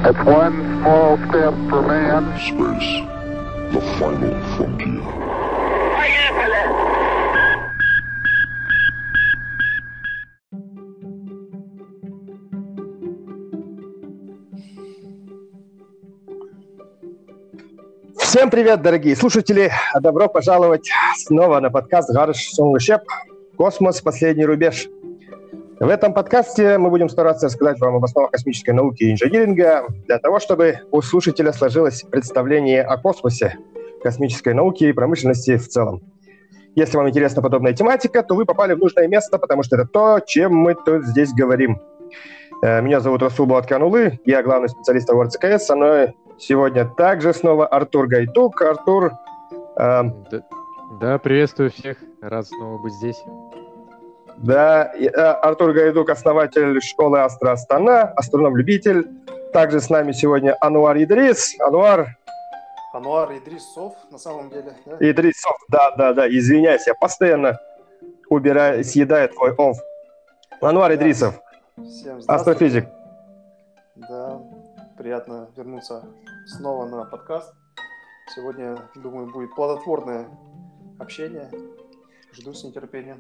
It's one small step for man. Space, the final frontier. Всем привет, дорогие слушатели! Добро пожаловать снова на подкаст «Гараж Сонгушеп. Космос. Последний рубеж». В этом подкасте мы будем стараться рассказать вам об основах космической науки и инжиниринга для того, чтобы у слушателя сложилось представление о космосе, космической науке и промышленности в целом. Если вам интересна подобная тематика, то вы попали в нужное место, потому что это то, чем мы тут здесь говорим. Меня зовут Расул Булаткан-Улы, я главный специалист АВО РЦКС, со мной сегодня также снова Артур Гайтук. Артур... Да, приветствую всех, рад снова быть здесь. Да, Артур Гайдук, основатель школы Астра Астана, астроном-любитель. Также с нами сегодня Ануар Идрис. Ануар Идрисов, на самом деле. Да? Идрисов, да, извиняюсь, я постоянно съедаю твой ов. Ануар Идрисов, всем астрофизик. Да, приятно вернуться снова на подкаст. Сегодня, думаю, будет плодотворное общение. Жду с нетерпением.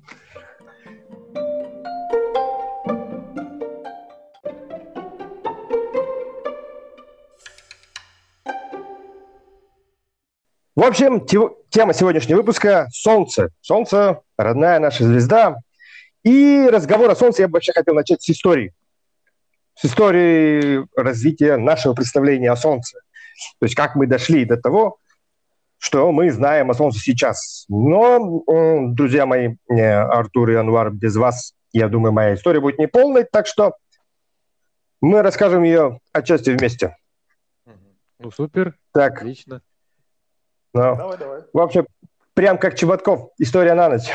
В общем, тема сегодняшнего выпуска – Солнце. Солнце – родная наша звезда. И разговор о Солнце я бы вообще хотел начать с истории. С истории развития нашего представления о Солнце. То есть как мы дошли до того, что мы знаем о Солнце сейчас. Но, друзья мои, Артур и Ануар, без вас, я думаю, моя история будет неполной, так что мы расскажем ее отчасти вместе. Ну, супер, так. Отлично. Ну, Давай. В общем, прям как Чеботков, история на ночь.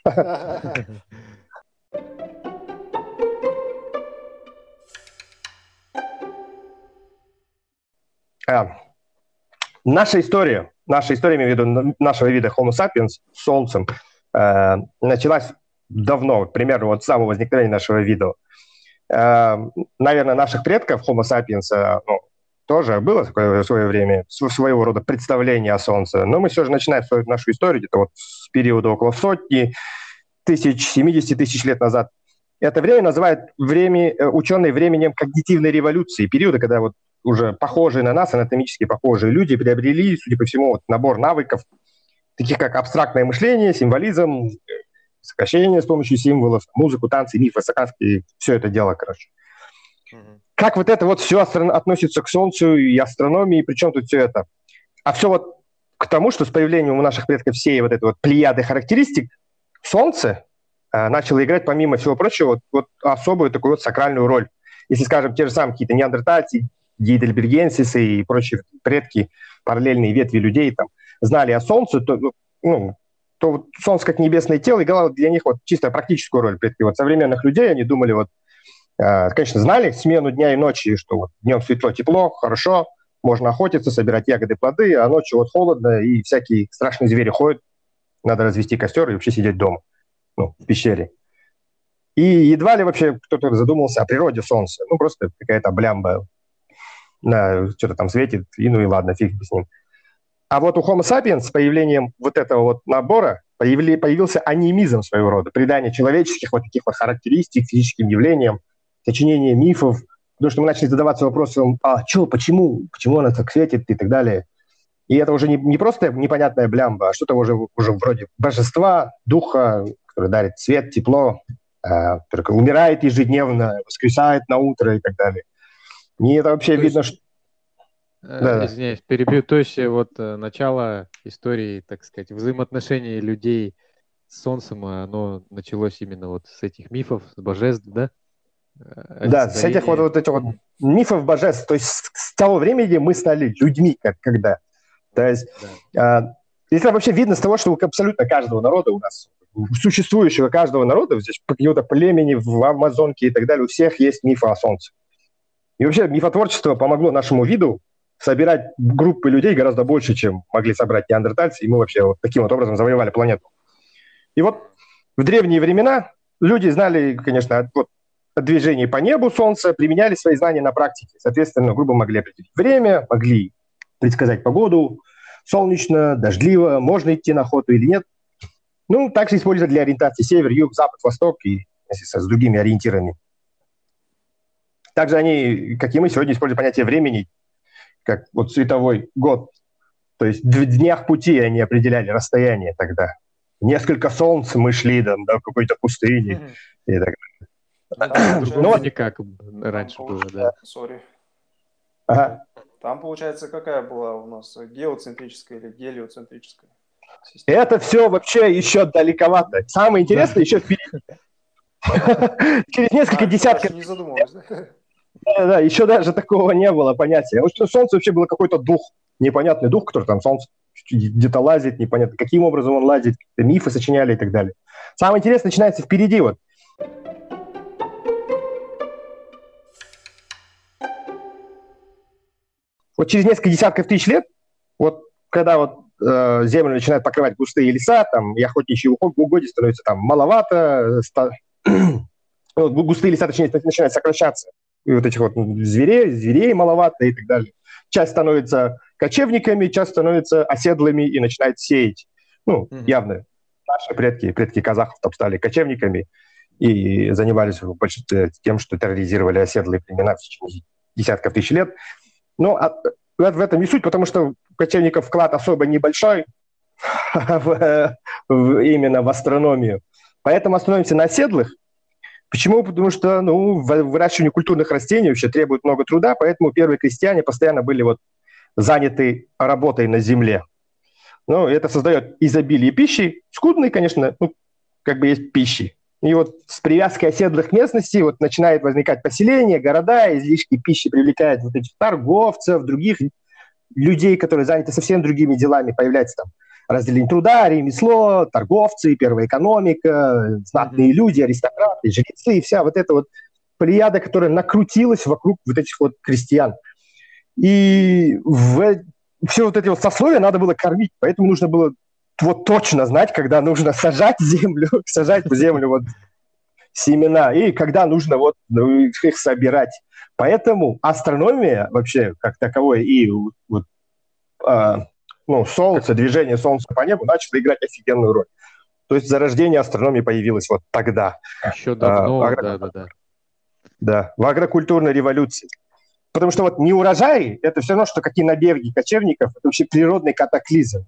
Наша история, имею в виду нашего вида Homo sapiens с Солнцем, началась давно, примерно вот с самого возникновения нашего вида. Наверное, наших предков Homo sapiens тоже было такое в свое время, своего рода представление о Солнце, но мы все же начинаем свою нашу историю где-то вот с периода около 70 тысяч лет назад. Это время называют ученые временем когнитивной революции, периода, когда вот уже похожие на нас, анатомически похожие люди приобрели, судя по всему, вот набор навыков, таких как абстрактное мышление, символизм, сокращение с помощью символов, музыку, танцы, мифы, сказки, все это дело, короче. Как вот это вот все относится к Солнцу и астрономии, причем тут все это? А все вот к тому, что с появлением у наших предков всей вот этой вот плеяды характеристик Солнце начало играть, помимо всего прочего, вот особую такую вот сакральную роль. Если, скажем, те же самые какие-то неандертальцы, гейдельбергенсисы и прочие предки, параллельные ветви людей там, знали о Солнце, то вот Солнце как небесное тело играло для них вот чисто практическую роль. Предки вот современных людей, они думали вот, конечно, знали смену дня и ночи, что вот днем светло, тепло, хорошо, можно охотиться, собирать ягоды, плоды, а ночью вот холодно, и всякие страшные звери ходят, надо развести костер и вообще сидеть дома, в пещере. И едва ли вообще кто-то задумался о природе Солнца. Просто какая-то блямба, что-то там светит, и ладно, фиг с ним. А вот у Homo sapiens с появлением вот этого вот набора появился анимизм своего рода, придание человеческих вот таких вот характеристик физическим явлениям, сочинение мифов, потому что мы начали задаваться вопросом, почему она так светит и так далее. И это уже не просто непонятная блямба, а что-то уже вроде божества, духа, который дарит свет, тепло, который умирает ежедневно, воскресает на утро и так далее. И это вообще видно, что... Извиняюсь, перебью. То есть вот начало истории, так сказать, взаимоотношений людей с Солнцем, оно началось именно вот с этих мифов, с божеств, да? Да, с этих вот этих вот мифов божеств. То есть с того времени мы стали людьми, как когда. То есть, если вообще видно с того, что у абсолютно каждого народа у нас, существующего каждого народа, здесь какого-то племени в Амазонке и так далее, у всех есть мифы о Солнце. И вообще мифотворчество помогло нашему виду собирать группы людей гораздо больше, чем могли собрать неандертальцы, и мы вообще вот таким вот образом завоевали планету. И вот в древние времена люди знали, конечно, вот движений по небу Солнца, применяли свои знания на практике. Соответственно, грубо могли определить время, могли предсказать погоду, солнечно, дождливо, можно идти на охоту или нет. Ну, также используют для ориентации север, юг, запад, восток и с другими ориентирами. Также они, как и мы, сегодня используют понятие времени, как вот световой год. То есть в днях пути они определяли расстояние тогда. Несколько солнц мы шли до какой-то пустыни и так далее. Ну, не как раньше было, да. Сори. Ага. Там, получается, какая была у нас? Геоцентрическая или гелиоцентрическая система? Это все вообще еще далековато. Самое интересное еще впереди. Через несколько десятков... Не задумывались, да? Да, еще даже такого не было понятия. Вот что Солнце вообще было какой-то дух, непонятный дух, который там Солнце где-то лазит, непонятно, каким образом он лазит, мифы сочиняли и так далее. Самое интересное начинается впереди вот. Вот через несколько десятков тысяч лет, вот когда вот землю начинают покрывать густые леса, там и охотничьи угодья становятся там маловато, густые леса, точнее, начинают сокращаться. И вот этих вот зверей маловато и так далее. Часть становится кочевниками, часть становится оседлыми и начинает сеять. Ну, явно наши предки казахов там стали кочевниками и занимались в большинстве тем, что терроризировали оседлые племена в течение десятков тысяч лет. Но в этом не суть, потому что у кочевников вклад особо небольшой именно в астрономию. Поэтому остановимся на оседлых. Почему? Потому что выращивание культурных растений вообще требует много труда, поэтому первые крестьяне постоянно были вот заняты работой на земле. Ну, это создает изобилие пищи, скудной, конечно, как бы есть пищи. И вот с привязкой оседлых местностей вот начинает возникать поселения, города, излишки пищи привлекают вот этих торговцев, других людей, которые заняты совсем другими делами, появляется там разделение труда, ремесло, торговцы, первая экономика, знатные люди, аристократы, жрецы, и вся вот эта вот плеяда, которая накрутилась вокруг вот этих вот крестьян. И все вот эти вот сословия надо было кормить, поэтому нужно было вот точно знать, когда нужно сажать в землю вот семена, и когда нужно вот их собирать. Поэтому астрономия вообще как таковое и вот Солнце, движение Солнца по небу начало играть офигенную роль. То есть зарождение астрономии появилось вот тогда. Еще давно, да, в агрокультурной революции. Потому что вот неурожаи – это все равно, что какие набеги кочевников, это вообще природный катаклизм.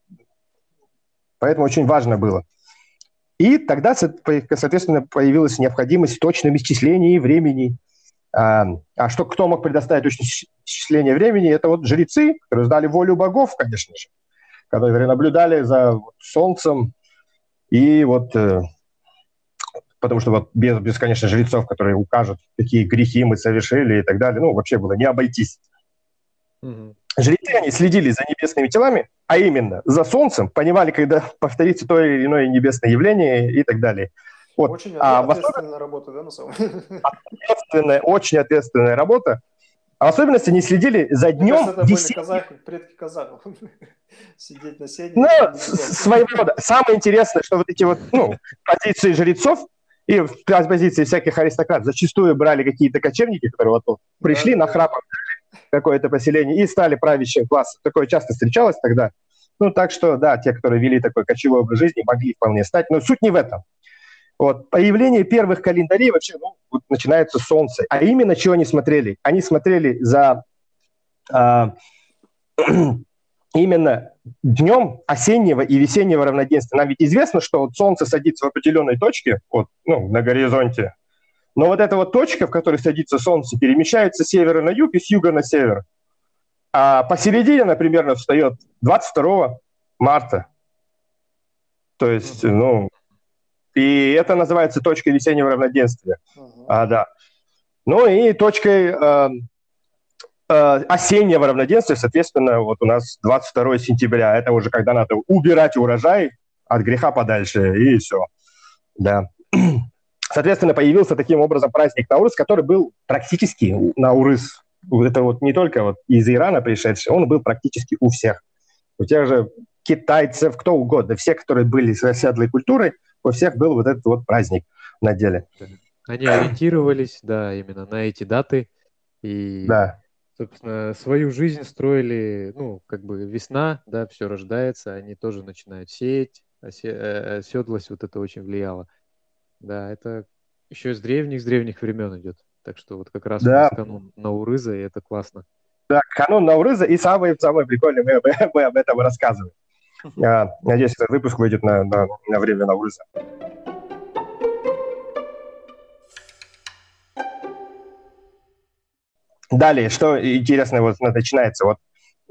Поэтому очень важно было. И тогда, соответственно, появилась необходимость в точном исчислении времени. Кто мог предоставить точное исчисление времени? Это вот жрецы, которые знали волю богов, конечно же, которые наблюдали за Солнцем. И вот, потому что вот без, конечно, жрецов, которые укажут, какие грехи мы совершили и так далее, вообще было не обойтись. Жрецы, они следили за небесными телами, а именно за Солнцем, понимали, когда повторится то или иное небесное явление и так далее. Вот. Очень ответственная работа, да, на самом деле? Очень ответственная работа. А в особенности не следили за днем. Мне кажется, это были предки казахов. Сидеть на сене. Своего рода. Самое интересное, что вот эти вот позиции жрецов и позиции всяких аристократов зачастую брали какие-то кочевники, которые вот пришли на храпом какое-то поселение и стали правящим классом. Такое часто встречалось тогда. Так что, да, те, которые вели такой кочевой образ жизни, могли вполне стать. Но суть не в этом. Вот. Появление первых календарей вообще начинается с Солнца. А именно, чего они смотрели? Они смотрели за именно днем осеннего и весеннего равноденствия. Нам ведь известно, что вот Солнце садится в определенной точке на горизонте. Но вот эта вот точка, в которой садится Солнце, перемещается с севера на юг и с юга на север. А посередине, например, встает 22 марта. То есть, и это называется точкой весеннего равноденствия. Да. И точкой осеннего равноденствия, соответственно, вот у нас 22 сентября. Это уже когда надо убирать урожай от греха подальше, и все. Да. Соответственно, появился таким образом праздник Наурыз, который был практически Наурыз. Это вот не только из Ирана пришедший, он был практически у всех. У тех же китайцев, кто угодно. Все, которые были с оседлой культурой, у всех был вот этот вот праздник на деле. Они ориентировались, да, именно на эти даты. И, Да. собственно, свою жизнь строили, ну, как бы весна, да, все рождается, они тоже начинают сеять, оседлость вот это очень влияло. Да, это еще с древних времен идет. Так что вот как раз у нас Да, канун Наурыза, и это классно. да, канун Наурыза, и самое прикольное, мы об этом рассказываем. Надеюсь, этот выпуск выйдет на время Наурыза. Далее, что интересно вот начинается, вот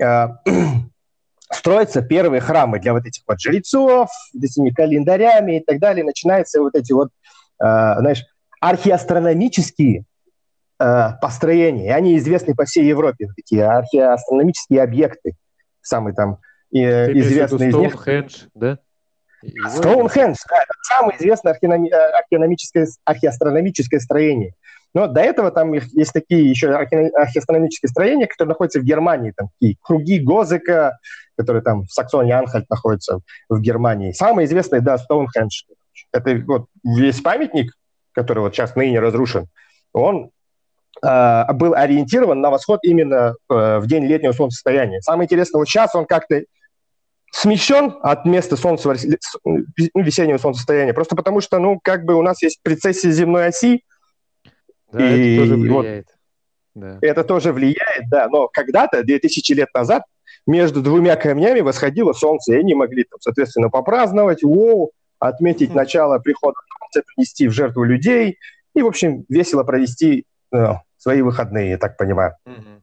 строятся первые храмы для вот этих вот жрецов, с этими календарями и так далее, начинаются вот эти вот, знаешь, археоастрономические построения, и они известны по всей Европе, такие археоастрономические объекты, самый там известный из них. Стоунхендж, да? Стоунхендж, да, это самое известное археоастрономическое строение. Но до этого там есть такие еще археоастрономические строения, которые находятся в Германии. Там такие круги Гозека, которые там в Саксонии-Анхальт находятся в Германии. Самый известный, да, Стоунхендж. Это вот весь памятник, который вот сейчас ныне разрушен, он был ориентирован на восход именно в день летнего солнцестояния. Самое интересное, вот сейчас он как-то смещен от места весеннего солнцестояния, просто потому что, ну, как бы у нас есть прецессия земной оси, да, и это тоже влияет. Вот, да. Это тоже влияет, да, но когда-то, 2000 лет назад, между двумя камнями восходило солнце, и они могли, там, соответственно, попраздновать, отметить начало прихода солнца, принести в жертву людей и, в общем, весело провести свои выходные, я так понимаю.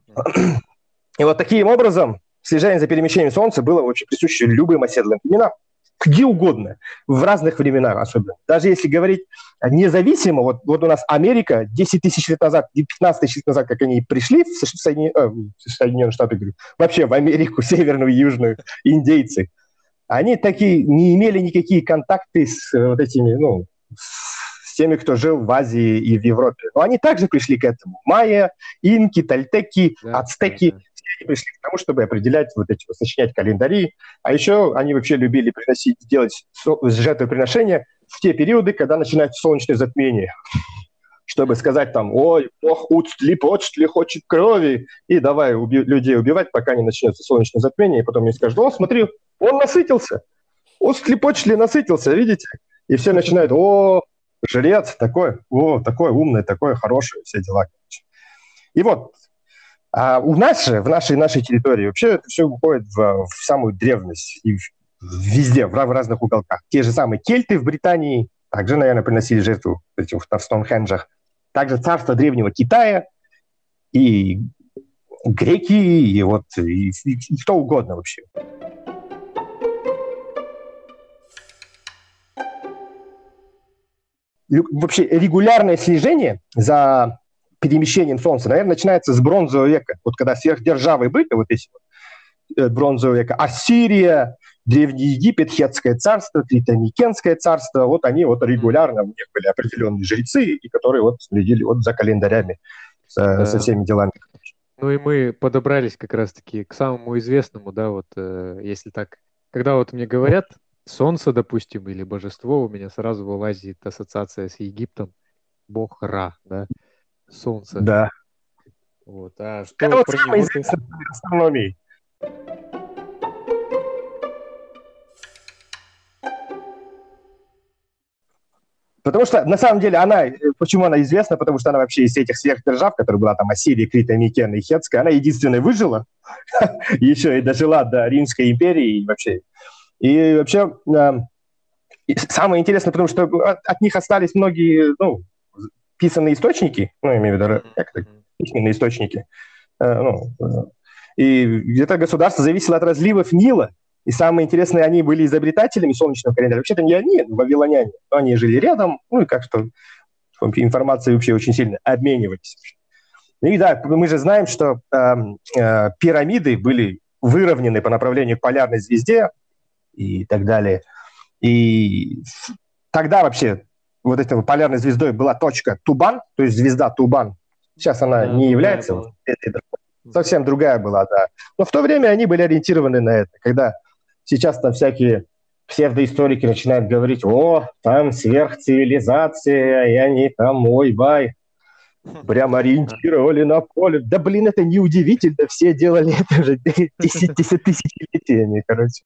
И вот таким образом слежение за перемещением солнца было очень присуще любым оседлым племенам, где угодно, в разных временах особенно. Даже если говорить независимо, вот у нас Америка 10 тысяч лет назад, 15 тысяч лет назад, как они пришли в Соединенные Штаты, вообще в Америку, северную и южную, индейцы, они такие не имели никакие контакты с вот этими, ну, с теми, кто жил в Азии и в Европе. Но они также пришли к этому. Майя, инки, тольтеки, ацтеки. Все они пришли к тому, чтобы определять вот эти, сочинять календари. А еще они вообще любили делать жертвоприношения в те периоды, когда начинается солнечное затмение. Чтобы сказать там, ой, бог уцтли, почтли, хочет крови. И давай людей убивать, пока не начнется солнечное затмение. И потом мне скажут, о, смотри, он насытился. Уцтли, почтли, насытился, видите? И все начинают, о, жрец такой, такой умный, такой хороший, все дела. И вот, у нас же, в нашей территории, вообще это все уходит в самую древность. И везде, в разных уголках. Те же самые кельты в Британии также, наверное, приносили жертву в Стоунхенджах. Также царство древнего Китая, и греки, и кто угодно вообще. Вообще регулярное слежение за перемещением Солнца, наверное, начинается с бронзового века. Вот когда сверхдержавы были, вот эти бронзового века, Ассирия, Древний Египет, Хеттское царство, Крито-Микенское царство, вот они вот регулярно, у них были определенные жрецы, и которые вот следили вот за календарями, со всеми делами. Ну и мы подобрались как раз-таки к самому известному, да, вот если так, когда вот мне говорят солнце, допустим, или божество, у меня сразу вылазит ассоциация с Египтом, бог Ра, да, солнце. Да. Вот. А что это вот про самое него известное в астрономии. Потому что, на самом деле, почему она известна? Потому что она вообще из этих сверхдержав, которая была там Ассирия, Крита, Микена и Хеттская, она единственная выжила, еще и дожила до Римской империи и вообще. И вообще, самое интересное, потому что от них остались многие, писанные источники, я имею в виду, письменные источники. И это государство зависело от разливов Нила. И самое интересное, они были изобретателями солнечного календаря. Вообще-то не они, вавилоняне. Но они жили рядом, и как-то информацией вообще очень сильно обменивались. И да, мы же знаем, что пирамиды были выровнены по направлению к полярной звезде и так далее. И тогда вообще вот этой полярной звездой была точка Тубан, то есть звезда Тубан. Сейчас она не является, совсем другая была, да. Но в то время они были ориентированы на это, когда сейчас там всякие псевдоисторики начинают говорить, о, там сверхцивилизация, и они там, ой, бай, прям ориентировали на поле. Да, блин, это неудивительно, все делали это уже десятитысячелетиями, короче.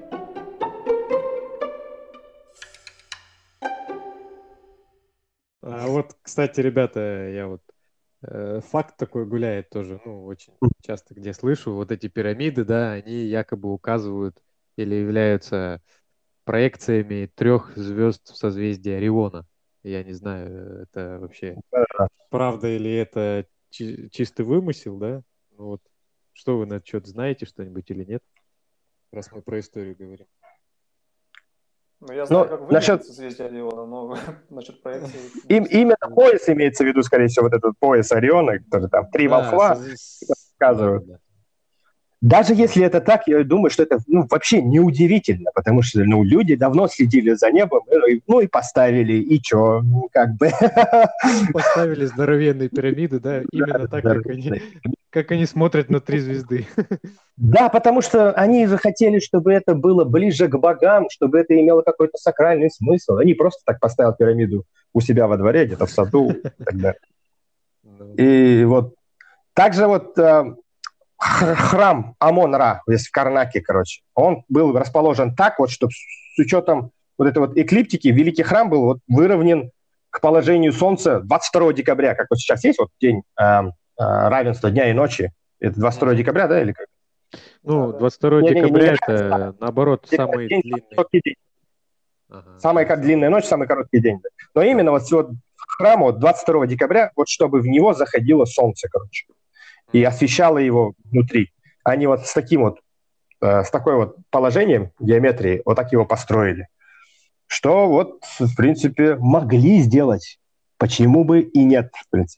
А вот, кстати, ребята, я вот факт такой гуляет тоже, ну, очень часто где слышу, вот эти пирамиды, да, они якобы указывают или являются проекциями 3 звезд в созвездии Ориона. Я не знаю, это вообще правда или это чистый вымысел, да? Ну вот, что вы на этот счет знаете что-нибудь или нет? Раз мы про историю говорим. Ну, я знаю, как выглядит насчет... созвездие Ориона, но насчет проекции... Именно пояс имеется в виду, скорее всего, вот этот пояс Ориона, который там 3 волхва показывают. Да. Даже если это так, я думаю, что это вообще неудивительно, потому что люди давно следили за небом, и поставили, и что, как бы. Поставили здоровенные пирамиды, да, именно так, как они смотрят на 3 звезды. Да, потому что они же хотели, чтобы это было ближе к богам, чтобы это имело какой-то сакральный смысл. Они просто так поставили пирамиду у себя во дворе, где-то в саду и так далее. И вот также вот храм Амон-Ра, здесь в Карнаке, короче, он был расположен так вот, чтобы с учетом вот этой вот эклиптики, великий храм был вот выровнен к положению Солнца 22 декабря, как вот сейчас есть вот день равенства дня и ночи. Это 22 декабря, да, или как? Ну, 22 декабря это, наоборот, самый длинный день. Самая длинная ночь, самый короткий день. Но именно вот храм вот 22 декабря, вот чтобы в него заходило солнце, короче, и освещало его внутри. Они вот с таким вот, с такой вот положением геометрии вот так его построили. Что вот, в принципе, могли сделать. Почему бы и нет, в принципе.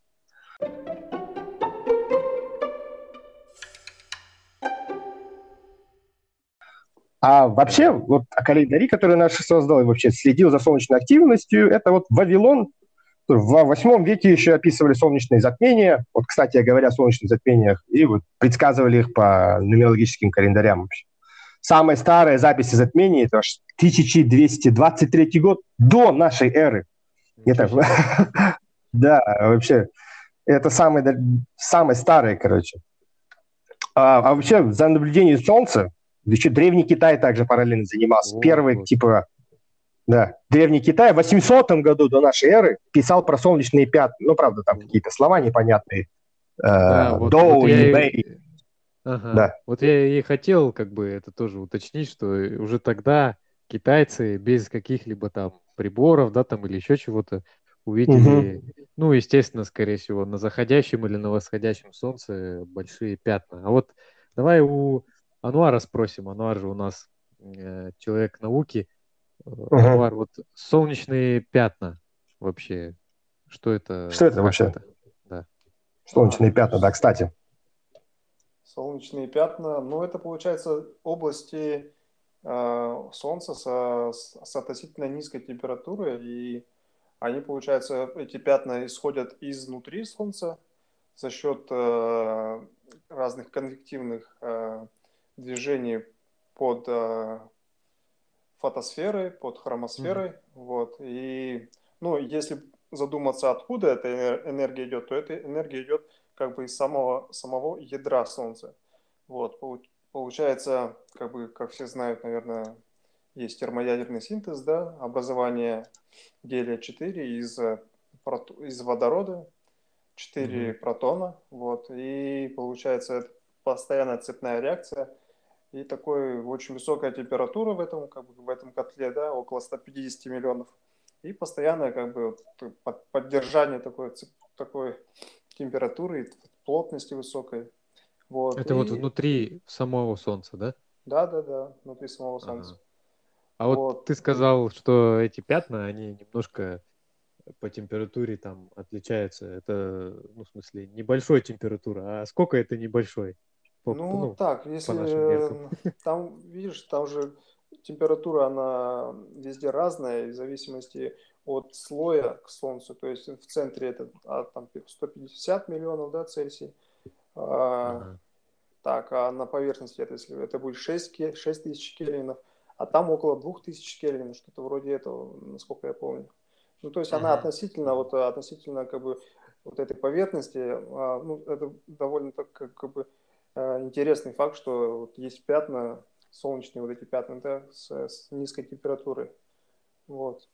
А вообще, вот календарь, который наш создал и вообще следил за солнечной активностью, это вот Вавилон. В 8 веке еще описывали солнечные затмения. Вот, кстати говоря, о солнечных затмениях. И вот предсказывали их по нумерологическим календарям вообще. Самая старая запись затмений – это 1223 год до нашей эры. Да, вообще, это самый старый, короче. А вообще, за наблюдение Солнца, еще Древний Китай также параллельно занимался. Первый, Древний Китай в 800 году до нашей эры писал про солнечные пятна. Ну, правда, там какие-то слова непонятные. Доу и Бэй. Да. Вот я и хотел как бы это тоже уточнить, что уже тогда китайцы без каких-либо там приборов, да, там или еще чего-то увидели, ну, естественно, скорее всего, на заходящем или на восходящем солнце большие пятна. А вот давай у Ануара спросим. Ануар же у нас человек науки. Ануар, вот солнечные пятна вообще, что это? Что это вообще? Да. Солнечные пятна, да, кстати. Солнечные пятна, ну, это, получается, области Солнца с относительно низкой температурой, и они, получается, эти пятна исходят изнутри Солнца за счет разных конвективных движений под фотосферой, под хромосферой. Вот. И, ну, если задуматься, откуда эта энергия идет, то эта энергия идет как бы из самого ядра Солнца. Вот. Получается, как бы, как все знают, наверное, есть термоядерный синтез, да, образование гелия-4 из водорода, 4 протона, вот, и получается это постоянная цепная реакция, и такой очень высокая температура в этом, как бы, в этом котле, да, около 150 миллионов, и постоянное как бы поддержание такой температуры и плотности высокой. Вот. Это вот внутри самого Солнца, да? Да, внутри самого Солнца. А вот ты сказал, что эти пятна, они немножко по температуре там отличаются. Это, ну, в смысле, небольшой температура. А сколько это небольшой? Так, если там, видишь, там же температура, она везде разная, в зависимости от слоя к Солнцу. То есть в центре это там 150 миллионов, да, Цельсий. Так, а на поверхности это, если это будет 6 тысяч кельвинов. а там около 2000 Кельвин, что-то вроде этого, насколько я помню. Ну, то есть она относительно как бы вот этой поверхности, ну, это довольно так как бы интересный факт, что вот есть пятна, солнечные вот эти пятна, да, с низкой температурой. Вот.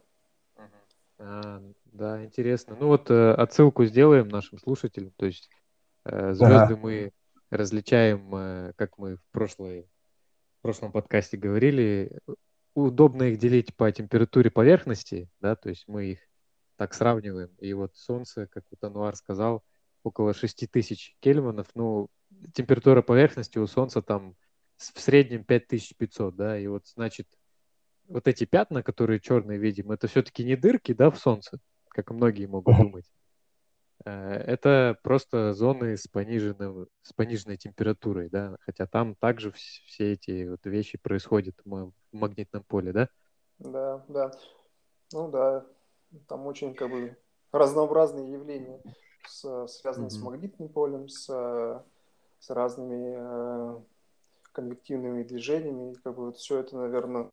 Да, интересно. Ну вот отсылку сделаем нашим слушателям. То есть звезды мы различаем, как мы в прошлом подкасте говорили, удобно их делить по температуре поверхности, да, то есть мы их так сравниваем. И вот Солнце, как вот Ануар сказал, около 6000 кельвинов. Ну, температура поверхности у Солнца там в среднем 5500, да, и вот, значит, вот эти пятна, которые черные видим, это все-таки не дырки, да, в Солнце, как многие могут думать. Это просто зоны с пониженной температурой, да, хотя там также все эти вот вещи происходят в магнитном поле, да? Да, да. Ну да, там очень как бы разнообразные явления, связанные с магнитным полем, с разными конвективными движениями, как бы вот все это, наверное,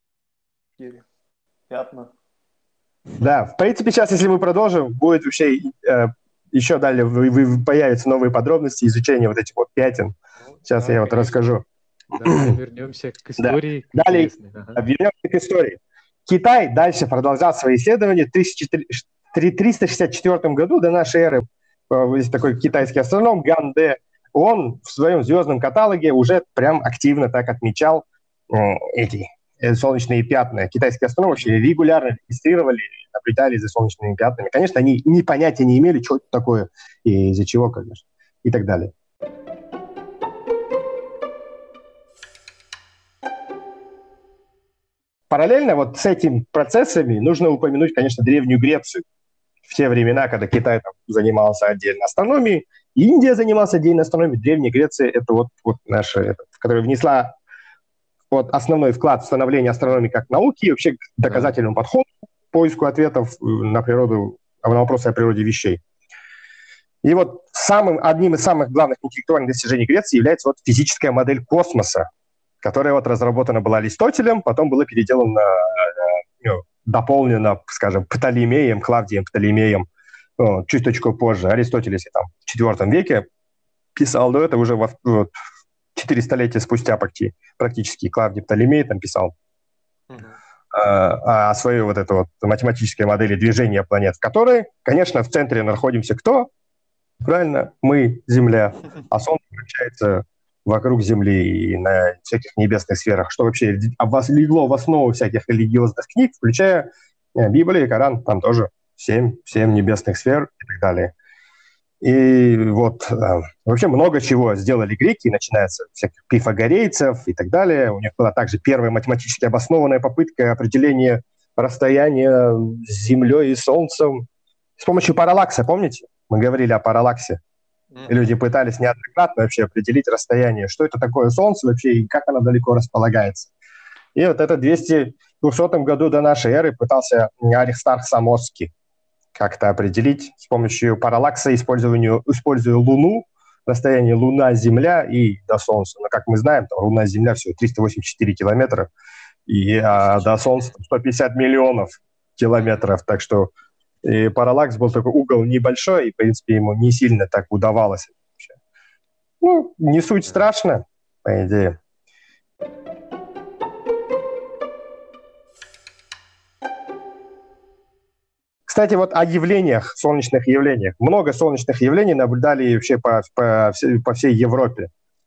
пятна. Да, в принципе, сейчас, если мы продолжим, будет вообще еще далее появятся новые подробности изучения вот этих вот пятен. Сейчас я вот расскажу. Давай вернемся к истории. Да. Далее вернемся к истории. Китай дальше продолжал свои исследования. В 364 году до нашей эры есть такой китайский астроном Ган Де. Он в своем звездном каталоге уже прям активно так отмечал эти солнечные пятна. Китайские астрономы вообще регулярно регистрировали, наблюдали за солнечными пятнами. Конечно, они понятия не имели, что это такое и из-за чего, конечно, и так далее. Параллельно вот с этими процессами нужно упомянуть, конечно, Древнюю Грецию. В те времена, когда Китай там занимался отдельно астрономией, Индия занималась отдельно астрономией, Древняя Греция – это вот наша, которая внесла вот основной вклад в становление астрономии как науки и вообще к доказательному подходу, поиску ответов на вопросы о природе вещей. И вот одним из самых главных интеллектуальных достижений Греции является вот физическая модель космоса, которая вот разработана была Аристотелем, потом была переделана, дополнена, скажем, Птолемеем, Клавдием Птолемеем, чуточку позже. Аристотель, если там в IV веке писал, но это уже 4 столетия спустя практически Клавдий Птолемей там писал о своей вот этой вот математической модели движения планет, в которой, конечно, в центре находимся кто? Правильно, мы, Земля, а Солнце вращается вокруг Земли и на всяких небесных сферах, что вообще легло в основу всяких религиозных книг, включая Библию и Коран, там тоже 7 небесных сфер и так далее. И вот вообще много чего сделали греки, начинается всяких пифагорейцев и так далее. У них была также первая математически обоснованная попытка определения расстояния с Землей и Солнцем с помощью параллакса, помните? Мы говорили о параллаксе. Люди пытались неоднократно вообще определить расстояние, что это такое Солнце вообще и как оно далеко располагается. И вот это в 200 году до нашей эры пытался Аристарх Самосский как-то определить с помощью параллакса, используя Луну, расстояние Луна-Земля и до Солнца. Но, как мы знаем, там Луна-Земля всего 384 километра, и до Солнца 150 миллионов километров. Так что и параллакс был такой угол небольшой, и, в принципе, ему не сильно так удавалось. Ну, не суть страшно, по идее. Кстати, вот о явлениях, солнечных явлениях. Много солнечных явлений наблюдали вообще по всей Европе.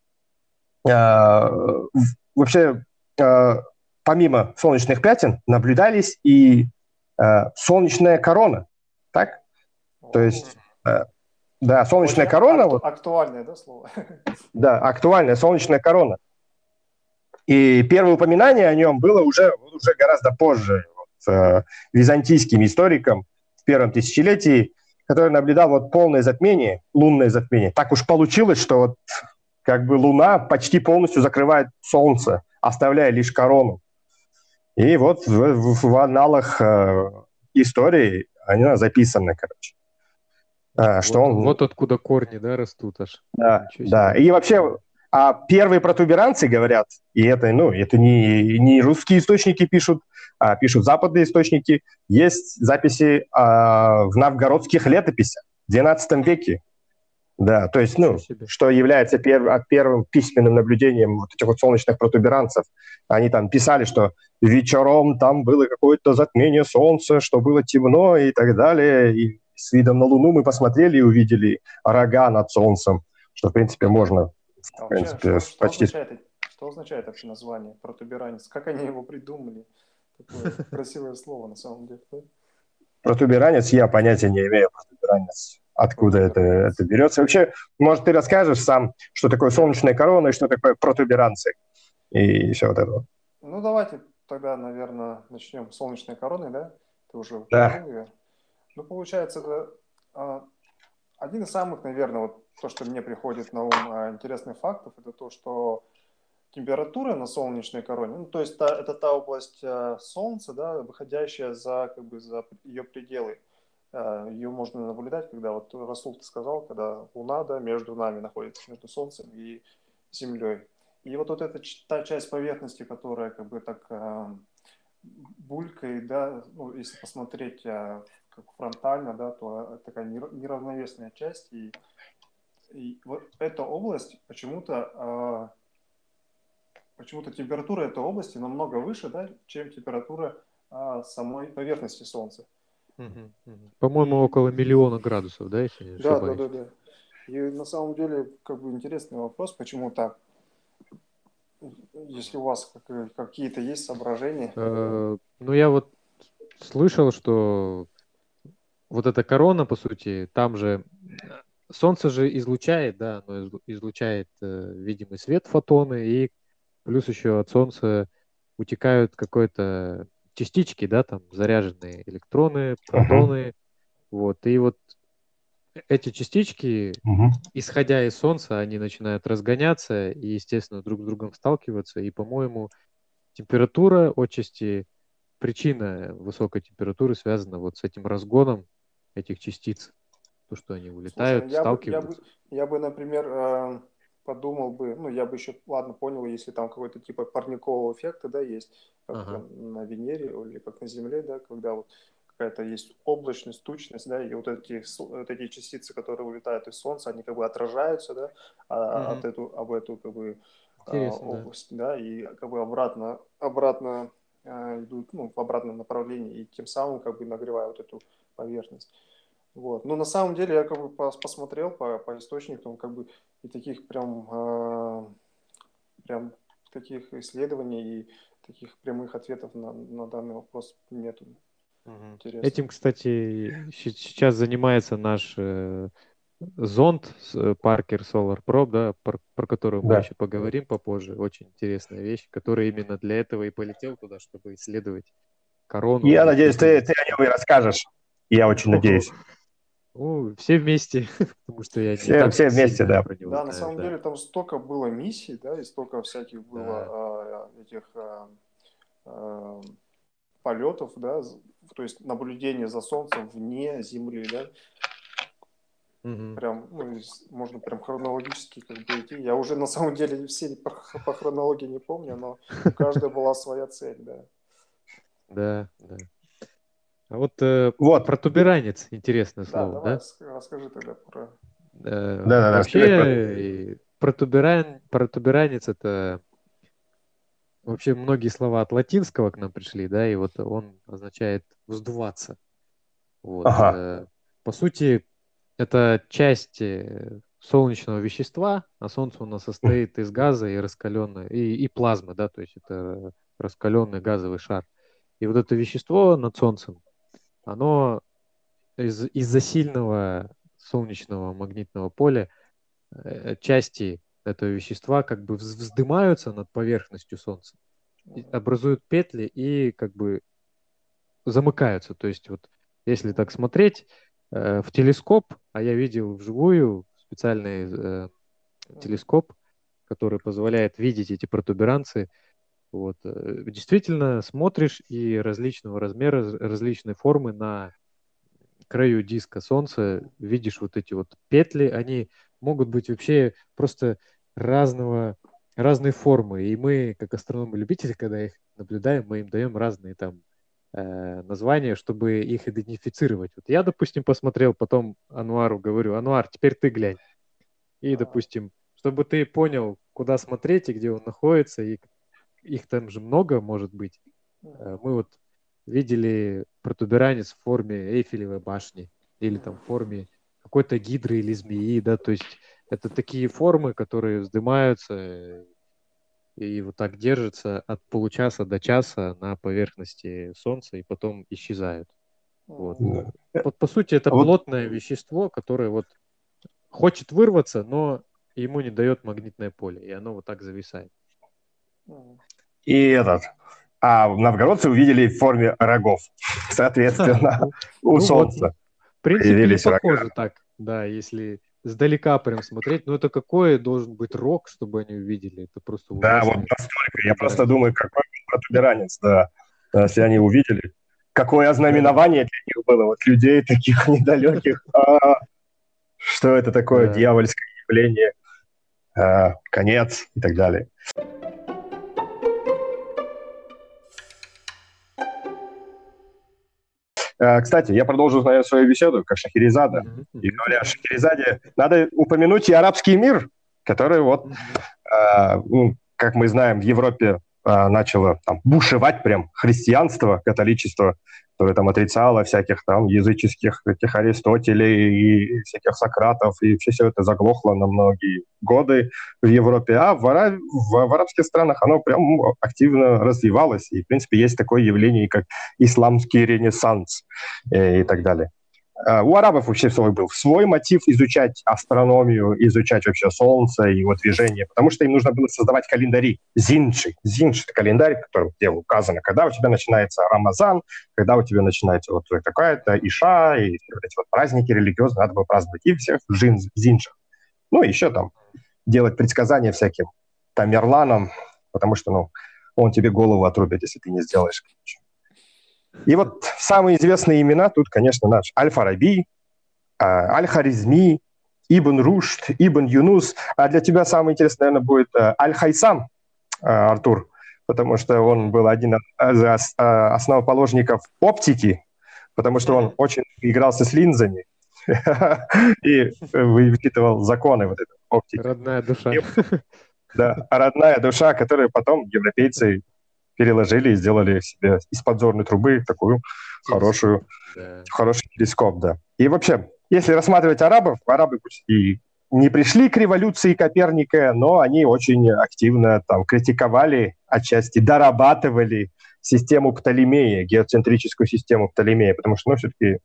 Вообще, помимо солнечных пятен, наблюдались и солнечная корона. Так? То есть, да, солнечная корона... Актуальное, да, слово? Да, актуальная солнечная корона. И первое упоминание о нем было уже гораздо позже, византийским историком в первом тысячелетии, который наблюдал вот полное затмение, лунное затмение. Так уж получилось, что вот как бы Луна почти полностью закрывает Солнце, оставляя лишь корону. И вот в аналах истории они записаны, короче. Что вот откуда корни, да, растут аж. Да. И вообще А первые протуберанцы говорят, и это, это не русские источники пишут, а пишут западные источники, есть записи в новгородских летописях в XII веке. Да, то есть, что является первым письменным наблюдением вот этих вот солнечных протуберанцев. Они там писали, что вечером там было какое-то затмение солнца, что было темно и так далее. И с видом на Луну мы посмотрели и увидели рога над солнцем, что, в принципе, можно, в принципе, почти... Что означает вообще название протуберанец? Как они его придумали? Такое красивое слово, на самом деле. Протуберанец, я понятия не имею, протуберанец. Откуда это берется? Вообще, может, ты расскажешь сам, что такое солнечная корона и что такое протуберанцы? И все вот это. Ну, давайте тогда, наверное, начнем с солнечной короны, да? Ты уже упомянул ее. Ну, получается, это один из самых, наверное, вот то, что мне приходит на ум интересных фактов, это то, что температура на солнечной короне, ну, то есть это та область Солнца, да, выходящая за ее пределы. Ее можно наблюдать, когда, вот Расул ты сказал, когда Луна, да, между нами находится, между Солнцем и Землей. И вот эта та часть поверхности, которая как бы так булькает, да, ну, если посмотреть как фронтально, да, то такая неравновесная часть. И вот эта область почему-то температура этой области намного выше, да, чем температура самой поверхности Солнца. По-моему, около 1 миллиона градусов, да, если не ошибаюсь? Да. И на самом деле, как бы интересный вопрос, почему так? Если у вас какие-то есть соображения? Ну, я вот слышал, что вот эта корона, по сути, там же Солнце же излучает, да, оно излучает видимый свет, фотоны, и плюс еще от Солнца утекают какой-то частички, да, там заряженные электроны, протоны, вот, и вот эти частички, исходя из Солнца, они начинают разгоняться и, естественно, друг с другом сталкиваться, и, по-моему, температура отчасти, причина высокой температуры связана вот с этим разгоном этих частиц, то, что они улетают, сталкиваются. Я бы, например, подумал бы, ну, я бы еще, ладно, понял, если там какой-то типа парникового эффекта, да, есть, как на Венере или как на Земле, да, когда вот какая-то есть облачность, тучность, да, и вот эти частицы, которые улетают из Солнца, они как бы отражаются, да, об эту как бы область, да, и как бы обратно идут, ну, в обратном направлении, и тем самым как бы нагревают эту поверхность. Вот. Но на самом деле я как бы посмотрел по источникам, как бы и таких прям таких исследований и таких прямых ответов на данный вопрос нету. Этим, кстати, сейчас занимается наш зонд Parker Solar Probe, да, про который мы еще поговорим попозже. Очень интересная вещь, который именно для этого и полетел туда, чтобы исследовать корону. Я надеюсь, ты о нем и расскажешь. Я очень надеюсь. Ну, все вместе, потому что я все вместе, да. Про него да, знаю, на самом деле там столько было миссий, да, и столько всяких было этих полетов, да, то есть наблюдение за Солнцем вне Земли, да. Прям, ну, можно прям хронологически как бы идти. Я уже на самом деле все по хронологии не помню, но у каждой была своя цель, да. Да. А вот протуберанец, интересное слово, да? Давай, расскажи тогда про... Вообще, протуберанец — это вообще многие слова от латинского к нам пришли, да, и вот он означает вздуваться. Вот. По сути, это часть солнечного вещества, а Солнце у нас состоит из газа и раскаленной, и плазмы, да, то есть это раскаленный газовый шар. И вот это вещество над Солнцем, оно из-за сильного солнечного магнитного поля части этого вещества как бы вздымаются над поверхностью Солнца, образуют петли и как бы замыкаются. То есть вот если так смотреть в телескоп, а я видел вживую специальный телескоп, который позволяет видеть эти протуберанцы, вот, действительно смотришь и различного размера, различной формы на краю диска Солнца видишь вот эти вот петли, они могут быть вообще просто разные формы. И мы, как астрономы-любители, когда их наблюдаем, мы им даем разные там названия, чтобы их идентифицировать. Вот я, допустим, посмотрел, потом Ануару говорю: Ануар, теперь ты глянь. И, допустим, чтобы ты понял, куда смотреть и где он находится, и их там же много, может быть. Мы вот видели протуберанец в форме Эйфелевой башни или там в форме какой-то гидры или змеи, да, то есть это такие формы, которые вздымаются и вот так держатся от получаса до часа на поверхности Солнца и потом исчезают. Вот. По сути, это плотное вещество, которое вот хочет вырваться, но ему не дает магнитное поле, и оно вот так зависает. И новгородцы увидели в форме рогов, соответственно, у Солнца. В принципе, не похоже так, да, если сдалека прям смотреть. Но это какой должен быть рог, чтобы они увидели? Это просто ужасно. Да, вот настолько. Я просто думаю, какой протуберанец, да, если они увидели. Какое ознаменование для них было, вот людей таких недалеких. Что это такое дьявольское явление, конец и так далее. Кстати, я продолжу свою беседу, как Шахерезада. И говоря о Шахерезаде, надо упомянуть и арабский мир, который вот, как мы знаем, в Европе начало там бушевать прям христианство, католичество, которое там отрицало всяких там языческих таких Аристотелей и всяких Сократов, и все это заглохло на многие годы в Европе. А в арабских странах оно прям активно развивалось, и, в принципе, есть такое явление, как исламский ренессанс и так далее. У арабов вообще был свой мотив изучать астрономию, изучать вообще Солнце и его движение, потому что им нужно было создавать календари. Зинджи. Зиндж – это календарь, в котором где указано, когда у тебя начинается Рамазан, когда у тебя начинается вот такая-то Иша, и вот эти вот праздники религиозные надо было праздновать. И всех в зинджах. Ну, еще там делать предсказания всяким Тамерланам, потому что, он тебе голову отрубит, если ты не сделаешь. И вот самые известные имена тут, конечно, наш Аль-Фараби, Аль-Харизми, Ибн Рушд, Ибн Юнус. А для тебя самое интересное, наверное, будет Аль-Хайсам, Артур, потому что он был один из основоположников оптики, потому что он очень игрался с линзами и вычитывал законы вот этой оптики. Родная душа. Да, родная душа, которую потом европейцы переложили и сделали себе из подзорной трубы такую хороший телескоп, да. И вообще, если рассматривать арабы пусть и не пришли к революции Коперника, но они очень активно там критиковали, отчасти дорабатывали систему Птолемея, геоцентрическую систему Птолемея, потому что, все-таки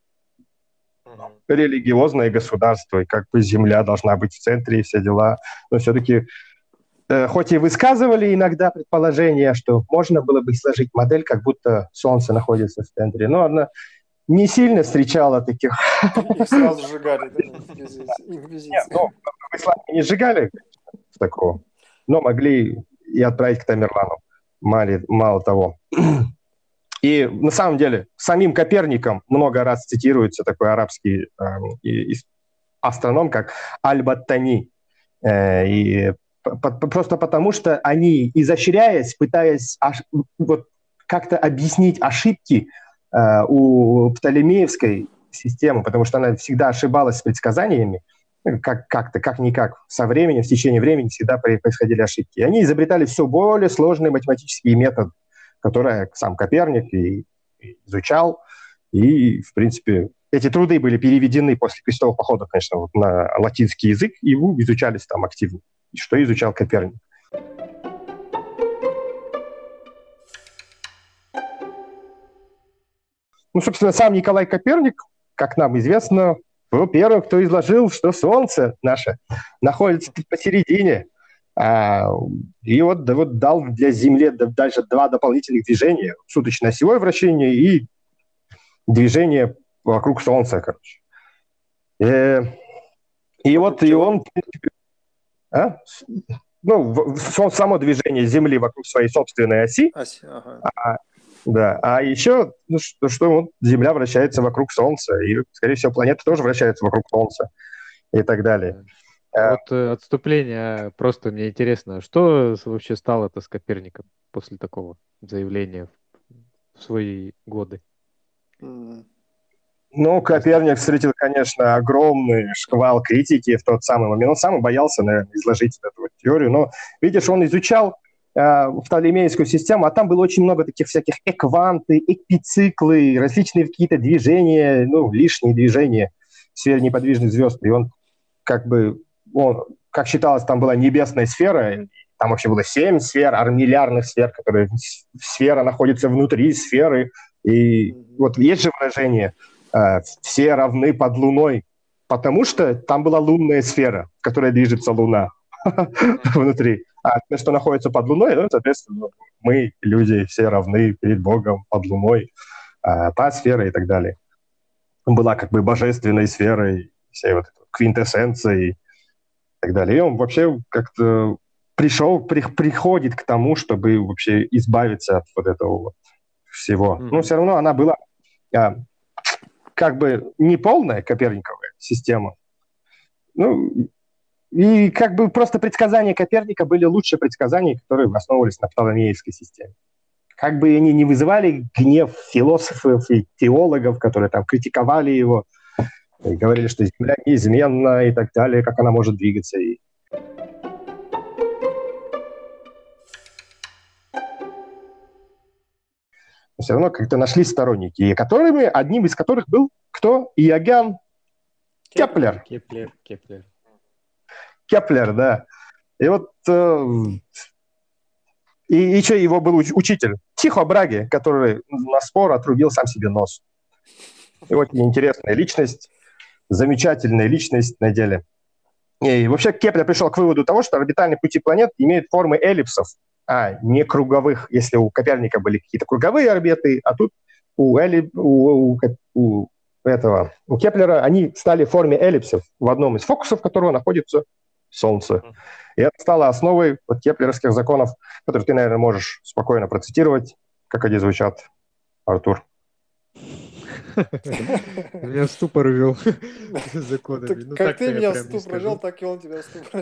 религиозное государство, и как бы Земля должна быть в центре и все дела, но все-таки хоть и высказывали иногда предположение, что можно было бы сложить модель, как будто Солнце находится в центре, но она не сильно встречала таких... Их сразу сжигали, да? Нет, в исламе не сжигали в такого, но могли и отправить к Тамерлану. Мало того. И на самом деле самим Коперником много раз цитируется такой арабский астроном, как Аль-Баттани. И просто потому, что они, изощряясь, пытаясь как-то объяснить ошибки у Птолемеевской системы, потому что она всегда ошибалась с предсказаниями, как-никак, со временем, в течение времени всегда происходили ошибки. И они изобретали все более сложные математические методы, которые сам Коперник и изучал. И, в принципе, эти труды были переведены после крестовых походов, конечно, на латинский язык, и изучались там активно. Что изучал Коперник. Собственно, сам Николай Коперник, как нам известно, был первым, кто изложил, что Солнце наше находится посередине. И вот дал для Земли даже два дополнительных движения. Суточно-осевое вращение и движение вокруг Солнца, короче. И он... само движение Земли вокруг своей собственной оси. А еще, что Земля вращается вокруг Солнца, и, скорее всего, планеты тоже вращаются вокруг Солнца и так далее. Вот отступление, просто мне интересно, что вообще стало-то с Коперником после такого заявления в свои годы? М. Ну, Коперник встретил, конечно, огромный шквал критики в тот самый момент. Он сам боялся, наверное, изложить эту вот теорию. Но, видишь, он изучал Птолемейскую систему, а там было очень много таких всяких экванты, эпициклы, различные какие-то движения, ну, лишние движения в сфере неподвижных звезд. И он как считалось, там была небесная сфера, там вообще было 7 сфер, армиллярных сфер, которые сфера находится внутри сферы. И вот есть же выражение «все равны под Луной», потому что там была лунная сфера, в которой движется Луна внутри. А то, что находится под Луной, ну, соответственно, мы, люди, все равны перед Богом под Луной, та сфера и так далее. Была как бы божественной сферой, всей вот квинтэссенцией и так далее. И он вообще как-то приходит к тому, чтобы вообще избавиться от вот этого вот всего. Но все равно она была как бы не полная Коперниковая система. Ну, и как бы просто предсказания Коперника были лучше предсказаний, которые основывались на Птолемеевской системе. Как бы они не вызывали гнев философов и теологов, которые там критиковали его, и говорили, что Земля неизменна и так далее, как она может двигаться. Но все равно как-то нашлись сторонники, и одним из которых был кто? Иоганн Кеплер. Кеплер, да. И вот и еще его был учитель Тихо Браге, который на спор отрубил сам себе нос. И очень интересная личность, замечательная личность на деле. И вообще Кеплер пришел к выводу того, что орбитальные пути планет имеют формы эллипсов, а не круговых. Если у Коперника были какие-то круговые орбиты, а тут у Кеплера они стали в форме эллипсов, в одном из фокусов которого находится Солнце. И это стало основой вот кеплеровских законов, которые ты, наверное, можешь спокойно процитировать, как они звучат, Артур. Меня в ступор ввел законами. Как ты меня в ступор ввел, так и он тебя в ступор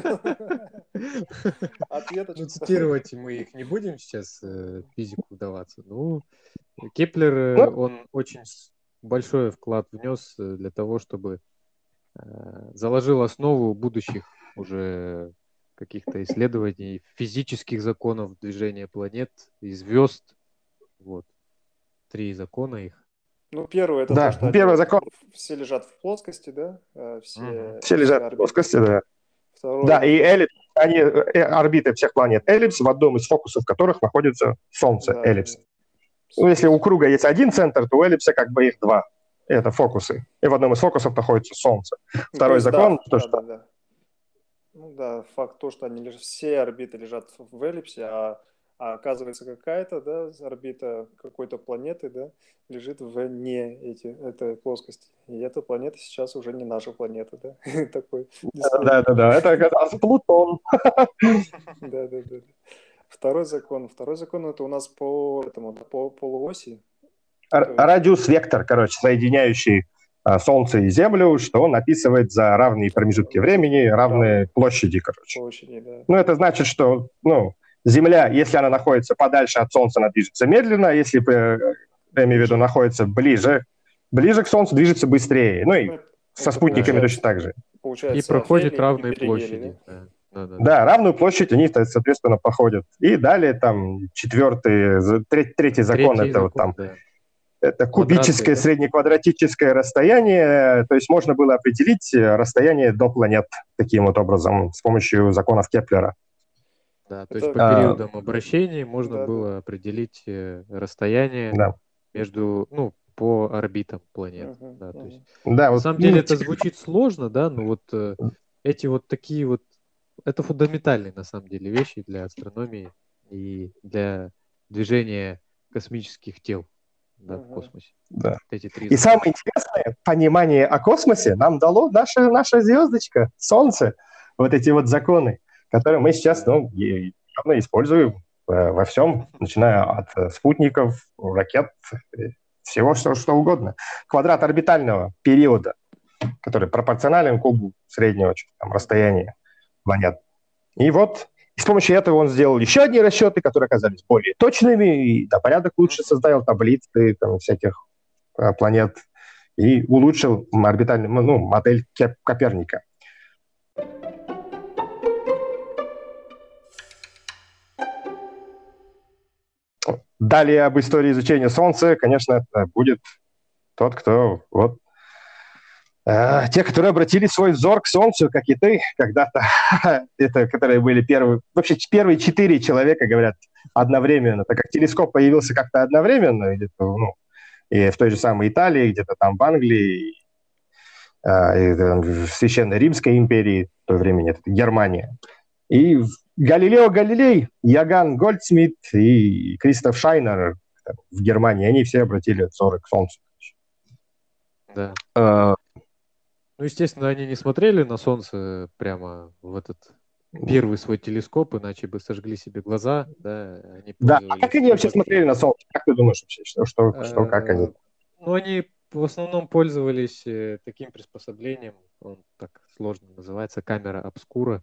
ввел. Цитировать мы их не будем сейчас, физику вдаваться. Ну, Кеплер, он очень большой вклад внес для того, чтобы заложил основу будущих уже каких-то исследований физических законов движения планет и звезд. Вот. 3 закона их. Ну, первый это то, что первый закон. Все лежат в плоскости, да? Все лежат в плоскости, да. Второй... Да, и эллипс, они орбиты всех планет эллипс, в одном из фокусов которых находится Солнце, да, эллипс. Ну, если у круга есть один центр, то у эллипса как бы их 2. Это фокусы. И в одном из фокусов находится Солнце. Второй закон, что... Ну да, факт то, что они лежат, все орбиты лежат в эллипсе, а оказывается какая-то, да, орбита какой-то планеты, да, лежит вне этой плоскости. И эта планета сейчас уже не наша планета, да? Такой. Да, это оказался Плутон. Да. Второй закон это у нас по полуоси. Радиус-вектор, соединяющий Солнце и Землю, что он описывает за равные промежутки времени, равные площади, Площади, да. Ну, это значит, что, Земля, если она находится подальше от Солнца, она движется медленно, если, я имею в виду, находится ближе к Солнцу, движется быстрее. Ну, и со спутниками точно так же. И проходит равные площади. Да, равную площадь они, соответственно, проходят. И далее там третий закон, это вот там... Да. Это кубическое среднеквадратическое расстояние, то есть можно было определить расстояние до планет таким вот образом с помощью законов Кеплера. Да, то есть по периодам обращения можно было определить расстояние между, по орбитам планет. Да, то есть, на самом деле это звучит сложно, да, но вот эти вот такие вот, это фундаментальные на самом деле вещи для астрономии и для движения космических тел. Да, в космосе. Да. И самое интересное, понимание о космосе нам дало наша звездочка, Солнце. Вот эти вот законы, которые мы сейчас явно используем во всем, начиная от спутников, ракет, всего, что угодно. Квадрат орбитального периода который пропорционален кубу среднего там, расстояния планет. И вот с помощью этого он сделал еще одни расчеты, которые оказались более точными, и на порядок лучше создал таблицы там, всяких планет и улучшил орбитальную модель Коперника. Далее об истории изучения Солнца, конечно, будет тот, кто те, которые обратили свой взор к Солнцу, как и ты когда-то, это которые были вообще первые 4 человека, говорят, одновременно, так как телескоп появился как-то одновременно, где-то, и в той же самой Италии, где-то там в Англии, и в Священной Римской империи, в то время это Германия. И Галилео Галилей, Яган Гольдсмит и Кристоф Шайнер в Германии, они все обратили взоры к Солнцу. Да. Естественно, они не смотрели на Солнце прямо в этот первый свой телескоп, иначе бы сожгли себе глаза. Да, а как они вообще смотрели на Солнце? Как ты думаешь вообще, как они? Они в основном пользовались таким приспособлением, он так сложно называется, камера обскура.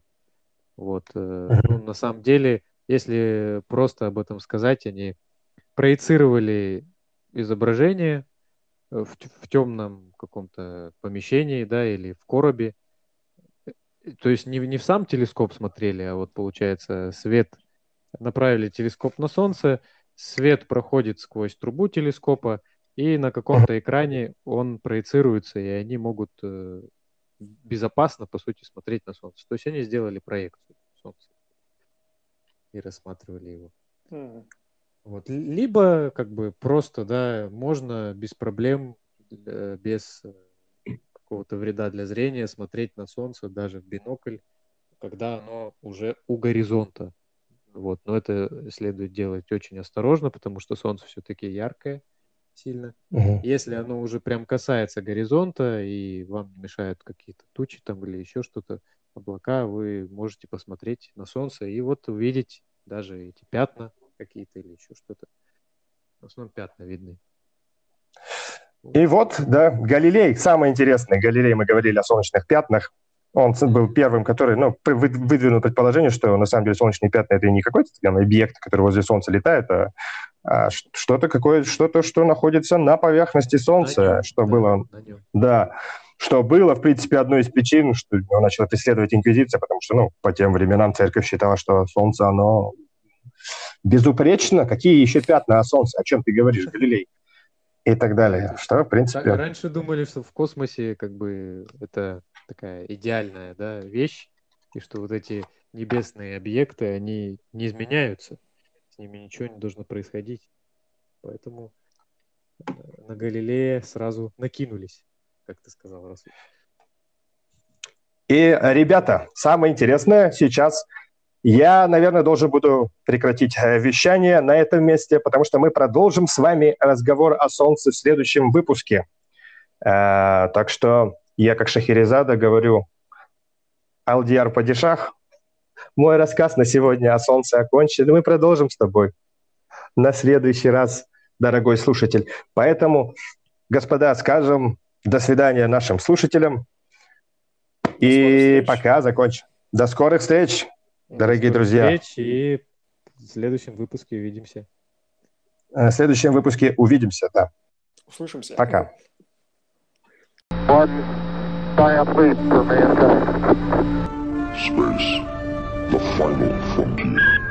На самом деле, если просто об этом сказать, они проецировали изображение в темном каком-то помещении, да, или в коробе. То есть не в сам телескоп смотрели, а получается свет, направили телескоп на Солнце, свет проходит сквозь трубу телескопа, и на каком-то экране он проецируется, и они могут безопасно, по сути, смотреть на Солнце. То есть они сделали проекцию Солнца и рассматривали его. Либо просто, да, можно без проблем, без какого-то вреда для зрения смотреть на Солнце даже в бинокль, когда оно уже у горизонта. Но это следует делать очень осторожно, потому что Солнце все-таки яркое сильно. Если оно уже прям касается горизонта и вам не мешают какие-то тучи там или еще что-то, облака, вы можете посмотреть на Солнце и увидеть даже эти пятна какие-то или еще что-то. В основном пятна видны. И да, Галилей, самый интересный Галилей, мы говорили о солнечных пятнах. Он был первым, который выдвинул предположение, что на самом деле солнечные пятна — это не какой-то объект, который возле Солнца летает, а что-то, что находится на поверхности Солнца, что было, в принципе, одной из причин, что его начала преследовать инквизиция, потому что, по тем временам церковь считала, что Солнце, оно безупречно. Какие еще пятна о Солнце? О чем ты говоришь, Галилей? И так далее. Что, в принципе... Раньше думали, что в космосе это такая идеальная, да, вещь, и что эти небесные объекты, они не изменяются. С ними ничего не должно происходить. Поэтому на Галилея сразу накинулись, как ты сказал, Расул. И, ребята, самое интересное сейчас... Я, наверное, должен буду прекратить вещание на этом месте, потому что мы продолжим с вами разговор о Солнце в следующем выпуске. Так что я, как Шахерезада, говорю «Алдияр падишах». Мой рассказ на сегодня о Солнце окончен, и мы продолжим с тобой на следующий раз, дорогой слушатель. Поэтому, господа, скажем до свидания нашим слушателям. И пока закончим. До скорых встреч! Дорогие друзья. И в следующем выпуске увидимся. В следующем выпуске увидимся, да. Услышимся. Пока. Space, the final frontier.